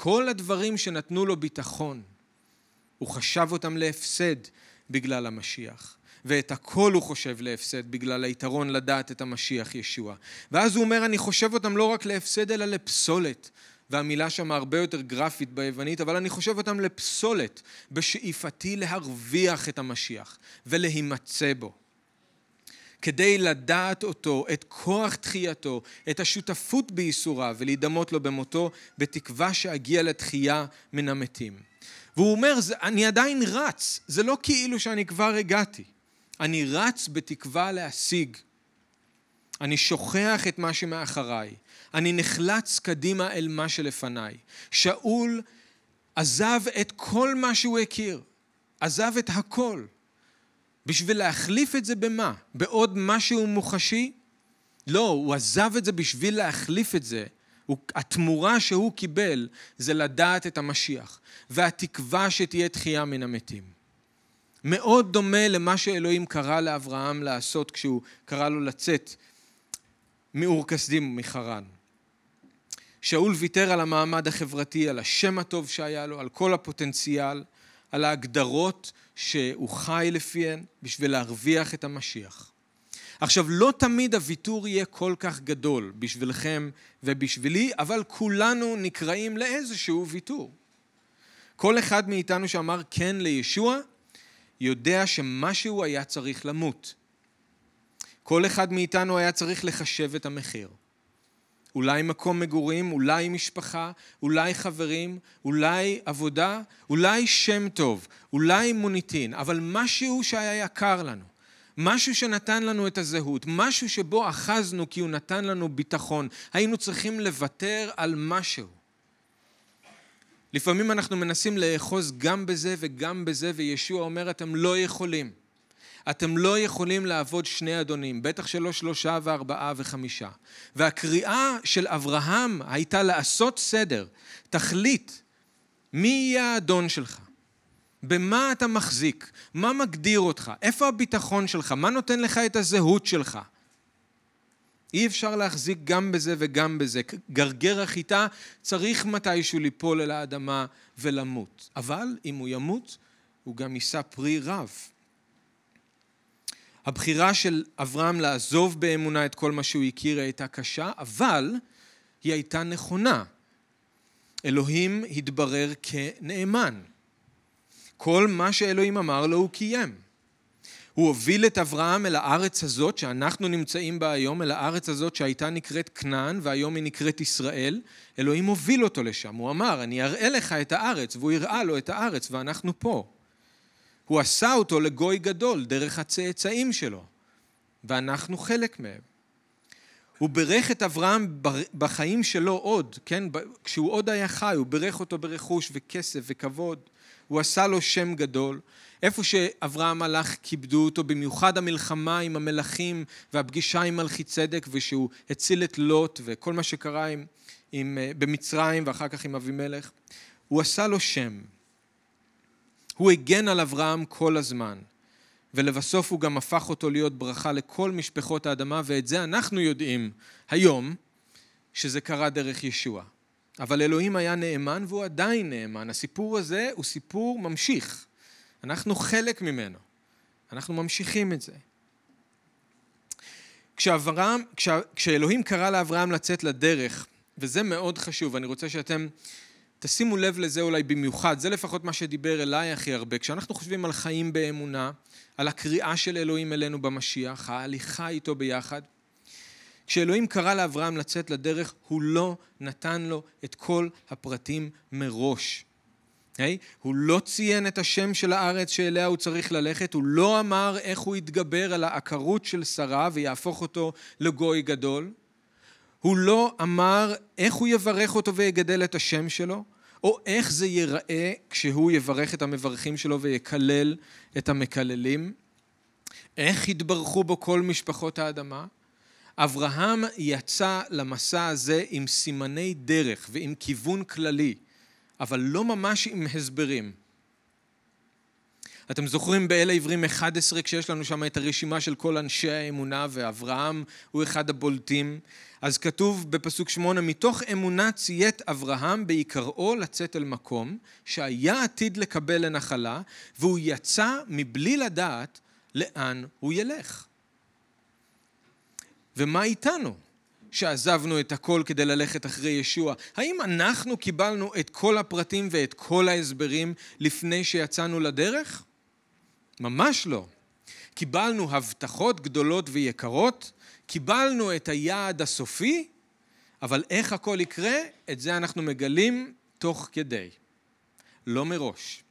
כל הדברים שנתנו לו ביטחון, הוא חשב אותם להפסד בגלל המשיח. ואת הכל הוא חושב להפסד בגלל היתרון לדעת את המשיח ישוע. ואז הוא אומר, אני חושב אותם לא רק להפסד אלא לפסולת. והמילה שם הרבה יותר גרפית ביוונית, אבל אני חושב אותם לפסולת, בשאיפתי להרוויח את המשיח ולהימצא בו. כדי לדעת אותו, את כוח תחייתו, את השותפות בייסוריו ולהידמות לו במותו, בתקווה שאגיע לתחייה מן המתים. והוא אומר, אני עדיין רץ, זה לא כאילו שאני כבר הגעתי. אני רץ בתקווה להשיג. אני שוכח את מה שמאחריי. אני נחלץ קדימה אל מה שלפניי. שאול עזב את כל מה שהוא הכיר. עזב את הכל. בשביל להחליף את זה במה? בעוד משהו מוחשי? לא, הוא עזב את זה בשביל להחליף את זה. התמורה שהוא קיבל זה לדעת את המשיח. והתקווה שתהיה תחייה מן המתים. מאוד דומה למה שאלוהים קרא לאברהם לעשות כשהוא קרא לו לצאת מאור כסדים מחרן. שאול ויתר על המעמד החברתי, על השם הטוב שהיה לו, על כל הפוטנציאל, על ההגדרות שהוא חי לפיהן בשביל להרוויח את המשיח. עכשיו, לא תמיד הוויתור יהיה כל כך גדול בשבילכם ובשבילי, אבל כולנו נקראים לאיזשהו ויתור. כל אחד מאיתנו שאמר כן לישוע, יודע שמשהו היה צריך למות. כל אחד מאיתנו היה צריך לחשב את המחיר. אולי מקום מגורים, אולי משפחה, אולי חברים, אולי עבודה, אולי שם טוב, אולי מוניטין, אבל משהו שהיה יקר לנו, משהו שנתן לנו את הזהות, משהו שבו אחזנו כי הוא נתן לנו ביטחון, היינו צריכים לוותר על משהו. לפעמים אנחנו מנסים לאחוז גם בזה וגם בזה, וישוע אומר, אתם לא יכולים. אתם לא יכולים לעבוד שני אדונים, בטח שלא 3 ו4 ו5. והקריאה של אברהם הייתה לעשות סדר, תחליט, מי יהיה האדון שלך? במה אתה מחזיק? מה מגדיר אותך? איפה הביטחון שלך? מה נותן לך את הזהות שלך? אי אפשר להחזיק גם בזה וגם בזה. גרגר החיטה צריך מתישהו ליפול אל האדמה ולמות. אבל אם הוא ימות, הוא גם יישא פרי רב. הבחירה של אברהם לעזוב באמונה את כל מה שהוא הכיר הייתה קשה, אבל היא הייתה נכונה. אלוהים התברר כנאמן. כל מה שאלוהים אמר לו הוא קיים. הוא הוביל את אברהם אל הארץ הזאת שאנחנו נמצאים בה היום, אל הארץ הזאת שהייתה נקראת כנען והיום היא נקראת ישראל. אלוהים הוביל אותו לשם, הוא אמר, אני אראה לך את הארץ, והוא הראה לו את הארץ ואנחנו פה. הוא עשה אותו לגוי גדול דרך הצאצאים שלו, ואנחנו חלק מהם. הוא ברך את אברהם בחיים שלו עוד, כן? כשהוא עוד היה חי, הוא ברך אותו ברכוש וכסף וכבוד. הוא עשה לו שם גדול. איפה שאברהם הלך כיבדו אותו, במיוחד המלחמה עם המלכים והפגישה עם מלכי צדק, ושהוא הציל את לוט וכל מה שקרה במצרים ואחר כך עם אבימלך. הוא עשה לו שם. הוא הגן על אברהם כל הזמן, ולבסוף הוא גם הפך אותו להיות ברכה לכל משפחות האדמה, ואת זה אנחנו יודעים היום שזה קרה דרך ישוע. אבל אלוהים היה נאמן והוא עדיין נאמן. הסיפור הזה הוא סיפור ממשיך. אנחנו חלק ממנו. אנחנו ממשיכים את זה. כשאלוהים קרא לאברהם לצאת לדרך, וזה מאוד חשוב, אני רוצה שאתם תשימו לב לזה אולי במיוחד, זה לפחות מה שדיבר אליי הכי הרבה, כשאנחנו חושבים על חיים באמונה, על הקריאה של אלוהים אלינו במשיח, ההליכה איתו ביחד, כשאלוהים קרא לאברהם לצאת לדרך, הוא לא נתן לו את כל הפרטים מראש. הוא לא ציין את השם של הארץ שאליה הוא צריך ללכת, הוא לא אמר איך הוא יתגבר על העקרות של שרה ויהפוך אותו לגוי גדול, הוא לא אמר איך הוא יברך אותו ויגדל את השם שלו, או איך זה ייראה כשהוא יברך את המברכים שלו ויקלל את המקללים, איך יתברכו בו כל משפחות האדמה. אברהם יצא למסע הזה עם סימני דרך ועם כיוון כללי, אבל לא ממש עם הסברים. אתם זוכרים באל העברים 11, כשיש לנו שם את הרשימה של כל אנשי האמונה, ואברהם הוא אחד הבולטים. אז כתוב בפסוק 8, מתוך אמונה ציית אברהם בעיקראו לצאת אל מקום, שהיה עתיד לקבל לנחלה, והוא יצא מבלי לדעת לאן הוא ילך. ומה איתנו? שעזבנו את הכל כדי ללכת אחרי ישוע. האם אנחנו קיבלנו את כל הפרטים ואת כל ההסברים לפני שיצאנו לדרך? ממש לא. קיבלנו הבטחות גדולות ויקרות, קיבלנו את היעד הסופי, אבל איך הכל יקרה? את זה אנחנו מגלים תוך כדי, לא מראש.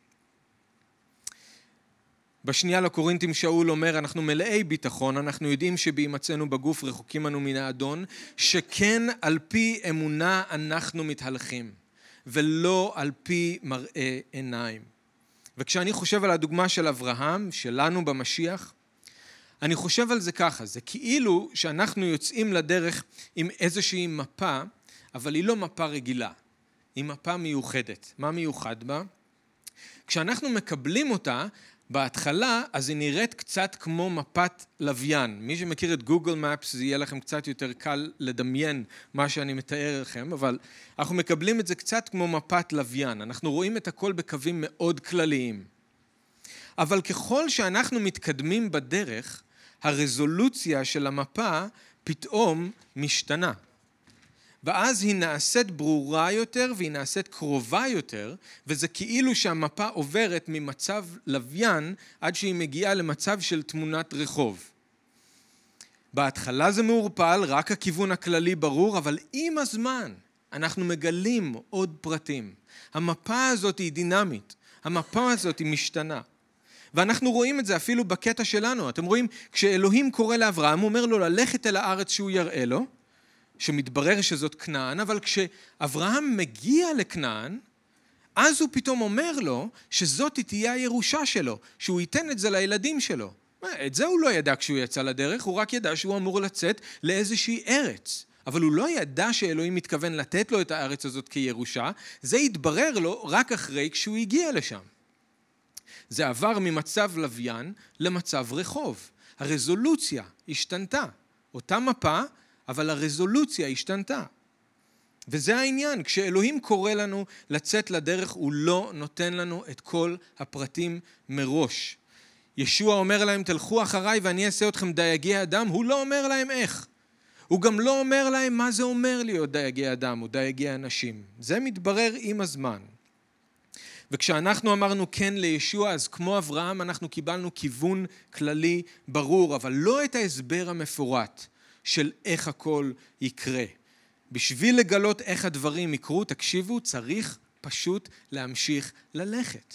בשנייה לקורינתים שאול אומר, אנחנו מלאי ביטחון, אנחנו יודעים שבהימצאנו בגוף רחוקים אנו מן האדון, שכן על פי אמונה אנחנו מתהלכים, ולא על פי מראה עיניים. וכשאני חושב על הדוגמה של אברהם, שלנו במשיח, אני חושב על זה ככה, זה כאילו שאנחנו יוצאים לדרך עם איזושהי מפה, אבל היא לא מפה רגילה, היא מפה מיוחדת. מה מיוחד בה? כשאנחנו מקבלים אותה, בהתחלה, אז היא נראית קצת כמו מפת לוויין. מי שמכיר את גוגל מפס, זה יהיה לכם קצת יותר קל לדמיין מה שאני מתאר לכם, אבל אנחנו מקבלים את זה קצת כמו מפת לוויין. אנחנו רואים את הכל בקווים מאוד כלליים. אבל ככל שאנחנו מתקדמים בדרך, הרזולוציה של המפה פתאום משתנה. ואז היא נעשית ברורה יותר והיא נעשית קרובה יותר, וזה כאילו שהמפה עוברת ממצב לוויין עד שהיא מגיעה למצב של תמונת רחוב. בהתחלה זה מעורפל, רק הכיוון הכללי ברור, אבל עם הזמן אנחנו מגלים עוד פרטים. המפה הזאת היא דינמית, המפה הזאת היא משתנה. ואנחנו רואים את זה אפילו בקטע שלנו. אתם רואים, כשאלוהים קורא לאברהם, הוא אומר לו ללכת אל הארץ שהוא יראה לו, שמתברר שזאת כנען, אבל כשאברהם מגיע לכנען, אז הוא פתאום אומר לו שזאת תהיה הירושה שלו, שהוא ייתן את זה לילדים שלו. את זה הוא לא ידע כשהוא יצא לדרך, הוא רק ידע שהוא אמור לצאת לאיזושהי ארץ. אבל הוא לא ידע שאלוהים מתכוון לתת לו את הארץ הזאת כירושה, זה התברר לו רק אחרי כשהוא הגיע לשם. זה עבר ממצב לוויין למצב רחוב. הרזולוציה השתנתה. אותה מפה, אבל הרזולוציה השתנתה. וזה העניין, כשאלוהים קורא לנו לצאת לדרך, הוא לא נותן לנו את כל הפרטים מראש. ישוע אומר להם, תלכו אחריי ואני אעשה אתכם דייגי אדם, הוא לא אומר להם איך. הוא גם לא אומר להם מה זה אומר להיות דייגי אדם או דייגי אנשים. זה מתברר עם הזמן. וכשאנחנו אמרנו כן לישוע, אז כמו אברהם אנחנו קיבלנו כיוון כללי ברור, אבל לא את ההסבר המפורט של איך הכל יקרה. בשביל לגלות איך הדברים יקרו, תקשיבו, צריך פשוט להמשיך ללכת.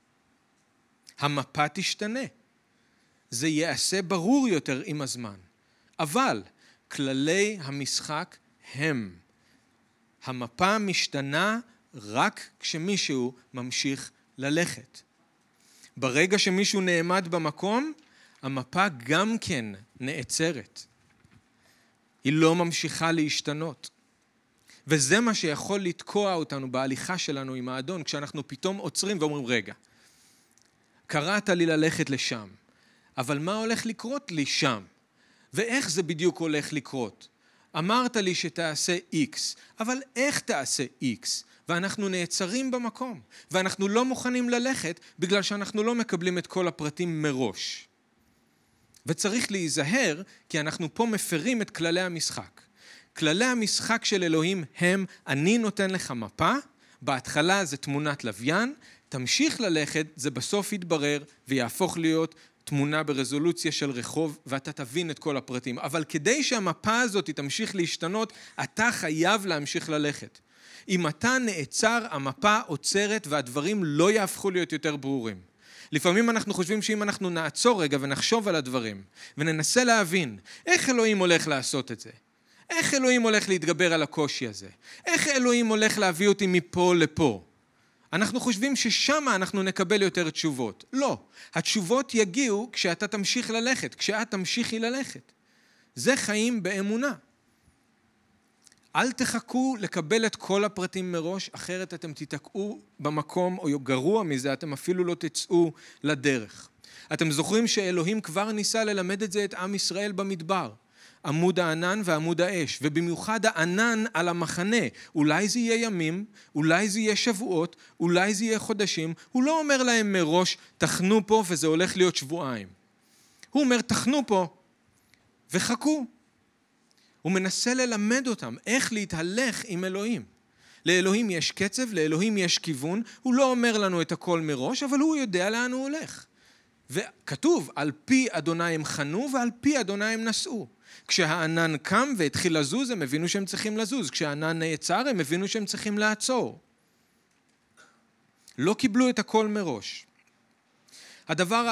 המפה תשתנה. זה יעשה ברור יותר עם הזמן. אבל כללי המשחק הם. המפה משתנה רק כשמישהו ממשיך ללכת. ברגע שמישהו נעמד במקום, המפה גם כן נעצרת. היא לא ממשיכה להשתנות. וזה מה שיכול לתקוע אותנו בהליכה שלנו עם האדון, כשאנחנו פתאום עוצרים ואומרים, רגע, קראת לי ללכת לשם, אבל מה הולך לקרות לי שם? ואיך זה בדיוק הולך לקרות? אמרת לי שתעשה X, אבל איך תעשה X? ואנחנו נעצרים במקום, ואנחנו לא מוכנים ללכת בגלל שאנחנו לא מקבלים את כל הפרטים מראש. וצריך להיזהר, כי אנחנו פה מפרים את כללי המשחק. כללי המשחק של אלוהים הם, אני נותן לך מפה, בהתחלה זה תמונת לוויין, תמשיך ללכת, זה בסוף יתברר ויהפוך להיות תמונה ברזולוציה של רחוב, ואתה תבין את כל הפרטים. אבל כדי שהמפה הזאת תמשיך להשתנות, אתה חייב להמשיך ללכת. אם אתה נעצר, המפה עוצרת והדברים לא יהפכו להיות יותר ברורים. לפעמים אנחנו חושבים שאם אנחנו נעצור רגע ונחשוב על הדברים, וננסה להבין איך אלוהים הולך לעשות את זה, איך אלוהים הולך להתגבר על הקושי הזה, איך אלוהים הולך להביא אותי מפה לפה, אנחנו חושבים ששם אנחנו נקבל יותר תשובות. לא, התשובות יגיעו כשאתה תמשיך ללכת, כשאת תמשיכי ללכת. זה חיים באמונה. אל תחכו לקבל את כל הפרטים מראש, אחרת אתם תתקעו במקום, או גרוע מזה, אתם אפילו לא תצאו לדרך. אתם זוכרים שאלוהים כבר ניסה ללמד את זה את עם ישראל במדבר. עמוד הענן ועמוד האש, ובמיוחד הענן על המחנה. אולי זה יהיה ימים, אולי זה יהיה שבועות, אולי זה יהיה חודשים. הוא לא אומר להם מראש, תחנו פה וזה הולך להיות שבועיים. הוא אומר, תחנו פה וחכו. הוא מנסה ללמד אותם איך להתהלך עם אלוהים. לאלוהים יש קצב, לאלוהים יש כיוון. הוא לא אומר לנו את הכל מראש, אבל הוא יודע לאן הוא הולך. וכתוב, על פי אדוני הם חנו ועל פי אדוני הם נסעו. כשהענן קם והתחיל לזוז, הם הבינו שהם צריכים לזוז. כשהענן נעצר, הם הבינו שהם צריכים לעצור. לא קיבלו את הכל מראש. הדבר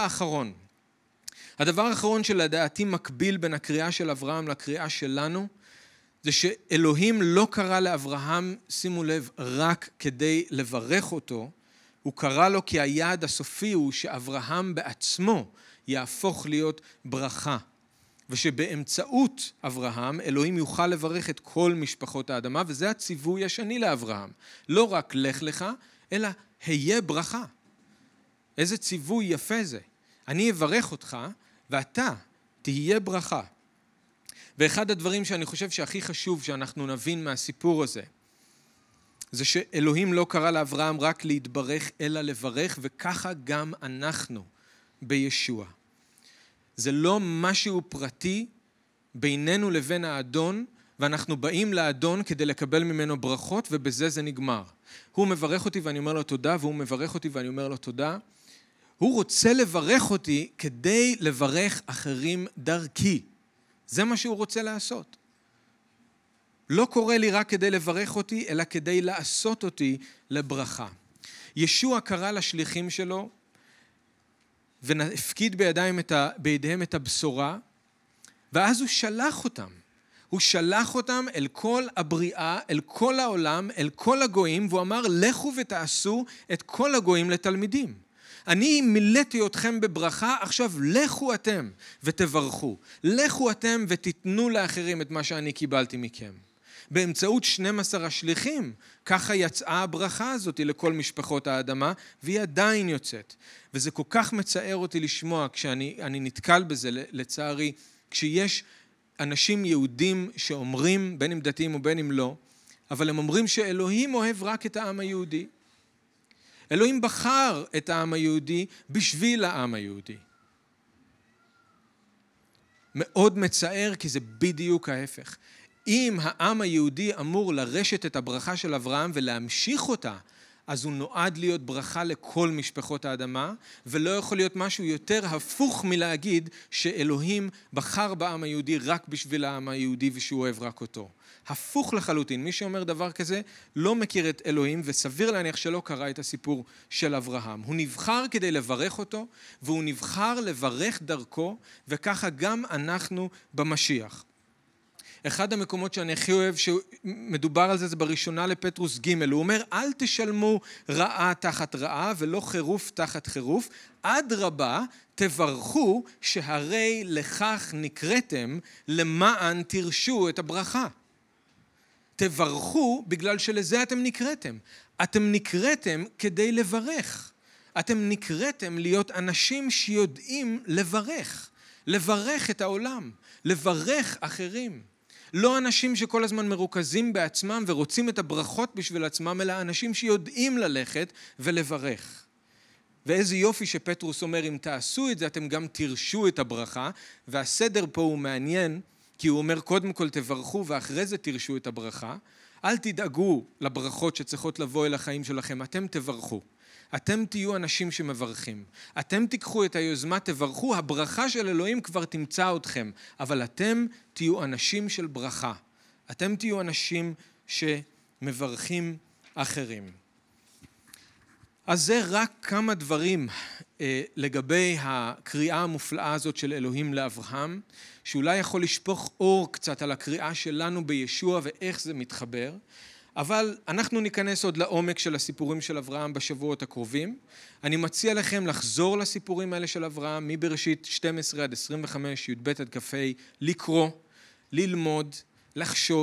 האחרון שלדעתי מקביל בין הקריאה של אברהם לקריאה שלנו, זה שאלוהים לא קרא לאברהם, שימו לב, רק כדי לברך אותו, הוא קרא לו כי היעד הסופי הוא שאברהם בעצמו יהפוך להיות ברכה. ושבאמצעות אברהם, אלוהים יוכל לברך את כל משפחות האדמה, וזה הציווי השני לאברהם. לא רק לך לך, אלא היה ברכה. איזה ציווי יפה זה. אני אברך אותך, ואתה תהיה ברכה. ואחד הדברים שאני חושב שהכי חשוב שאנחנו נבין מהסיפור הזה, זה שאלוהים לא קרא לאברהם רק להתברך, אלא לברך, וככה גם אנחנו בישוע. זה לא משהו פרטי בינינו לבין האדון, ואנחנו באים לאדון כדי לקבל ממנו ברכות, ובזה זה נגמר. הוא מברך אותי ואני אומר לו תודה, והוא מברך אותי ואני אומר לו תודה. הוא רוצה לברך אותי כדי לברך אחרים דרכי. זה מה שהוא רוצה לעשות. לא קורא לי רק כדי לברך אותי, אלא כדי לעשות אותי לברכה. ישוע קרא לשליחים שלו, והפקיד בידיהם את הבשורה, ואז הוא שלח אותם. הוא שלח אותם אל כל הבריאה, אל כל העולם, אל כל הגויים, והוא אמר, לכו ותעשו את כל הגויים לתלמידים. אני מילאתי אתכם בברכה, עכשיו לכו אתם ותברכו. לכו אתם ותיתנו לאחרים את מה שאני קיבלתי מכם. באמצעות 12 השליחים, ככה יצאה הברכה הזאת לכל משפחות האדמה, והיא עדיין יוצאת. וזה כל כך מצער אותי לשמוע, כשאני נתקל בזה, לצערי, כשיש אנשים יהודים שאומרים, בין אם דתיים ובין אם לא, אבל הם אומרים שאלוהים אוהב רק את העם היהודי. אלוהים בחר את העם היהודי בשביל העם היהודי. מאוד מצער, כי זה בדיוק ההפך. אם העם היהודי אמור לרשת את הברכה של אברהם ולהמשיך אותה, אז הוא נועד להיות ברכה לכל משפחות האדמה, ולא יכול להיות משהו יותר הפוך מלהגיד שאלוהים בחר בעם היהודי רק בשביל העם היהודי ושהוא אוהב רק אותו. הפוך לחלוטין. מי שאומר דבר כזה לא מכיר את אלוהים, וסביר להניח שלא קרא את הסיפור של אברהם. הוא נבחר כדי לברך אותו, והוא נבחר לברך דרכו, וככה גם אנחנו במשיח. אחד המקומות שאני הכי אוהב שמדובר על זה, זה בראשונה לפטרוס ג', הוא אומר, אל תשלמו רעה תחת רעה ולא חירוף תחת חירוף, אדרבה תברכו שהרי לכך נקראתם למען תרשו את הברכה. תברכו בגלל שלזה אתם נקראתם. אתם נקראתם כדי לברך. אתם נקראתם להיות אנשים שיודעים לברך. לברך את העולם. לברך אחרים. לא אנשים שכל הזמן מרוכזים בעצמם ורוצים את הברכות בשביל עצמם, אלא אנשים שיודעים ללכת ולברך. ואיזה יופי שפטרוס אומר, אם תעשו את זה, אתם גם תרשו את הברכה, והסדר פה הוא מעניין, כי הוא אומר, קודם כל תברכו, ואחרי זה תרשו את הברכה. אל תדאגו לברכות שצריכות לבוא אל החיים שלכם, אתם תברכו. אתם תהיו אנשים שמברכים. אתם תיקחו את היוזמה, תברכו, הברכה של אלוהים כבר תמצא אתכם, אבל אתם תהיו אנשים של ברכה. אתם תהיו אנשים שמברכים אחרים. אז זה רק כמה דברים לגבי הקריאה המופלאה הזאת של אלוהים לאברהם, שאולי יכול לשפוך אור קצת על הקריאה שלנו בישוע ואיך זה מתחבר, אבל אנחנו ניכנס עוד לעומק של הסיפורים של אברהם בשבועות הקרובים. אני מציע לכם לחזור לסיפורים האלה של אברהם, מבראשית 12 עד 25, י"ב עד כ"ה, לקרוא, ללמוד, לחשוב,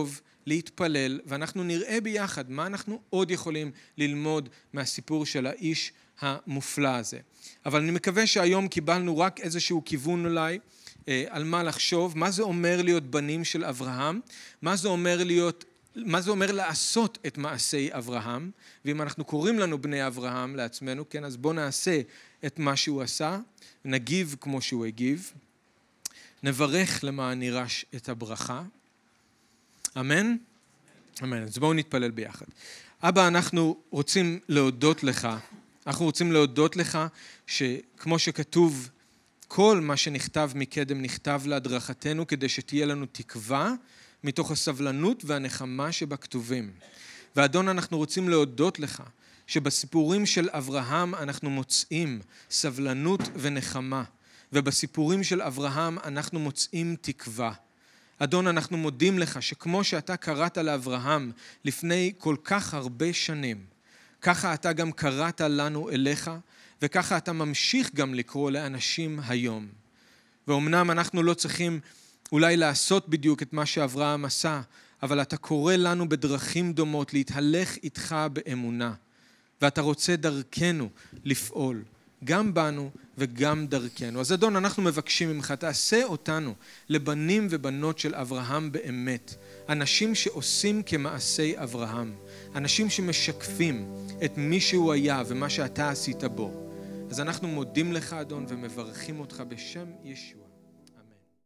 להתפלל, ואנחנו נראה ביחד מה אנחנו עוד יכולים ללמוד מהסיפור של האיש המופלא הזה. אבל אני מקווה שהיום קיבלנו רק איזשהו כיוון אולי על מה לחשוב, מה זה אומר להיות בנים של אברהם, מה זה אומר לעשות את מעשי אברהם, ואם אנחנו קוראים לנו בני אברהם לעצמנו, כן, אז בואו נעשה את מה שהוא עשה, נגיב כמו שהוא הגיב, נברך למען נירש את הברכה. אמן? אמן. אז בואו נתפלל ביחד. אבא, אנחנו רוצים להודות לך, שכמו שכתוב, כל מה שנכתב מקדם נכתב להדרכתנו, כדי שתהיה לנו תקווה מתוך הסבלנות והנחמה שבכתובים. ואדון, אנחנו רוצים להודות לך, שבסיפורים של אברהם אנחנו מוצאים סבלנות ונחמה, ובסיפורים של אברהם אנחנו מוצאים תקווה. אדון, אנחנו מודים לך שכמו שאתה קראת לאברהם לפני כל כך הרבה שנים, ככה אתה גם קראת לנו אליך, וככה אתה ממשיך גם לקרוא לאנשים היום. ואומנם אנחנו לא צריכים אולי לעשות בדיוק את מה שאברהם עשה, אבל אתה קורא לנו בדרכים דומות להתהלך איתך באמונה, ואתה רוצה דרכנו לפעול, גם בנו וגם דרכנו. אז אדון, אנחנו מבקשים ממך, תעשה אותנו לבנים ובנות של אברהם באמת, אנשים שעושים כמעשי אברהם, אנשים שמשקפים את מי שהוא היה ומה שאתה עשית בו. אז אנחנו מודים לך, אדון, ומברכים אותך בשם ישוע.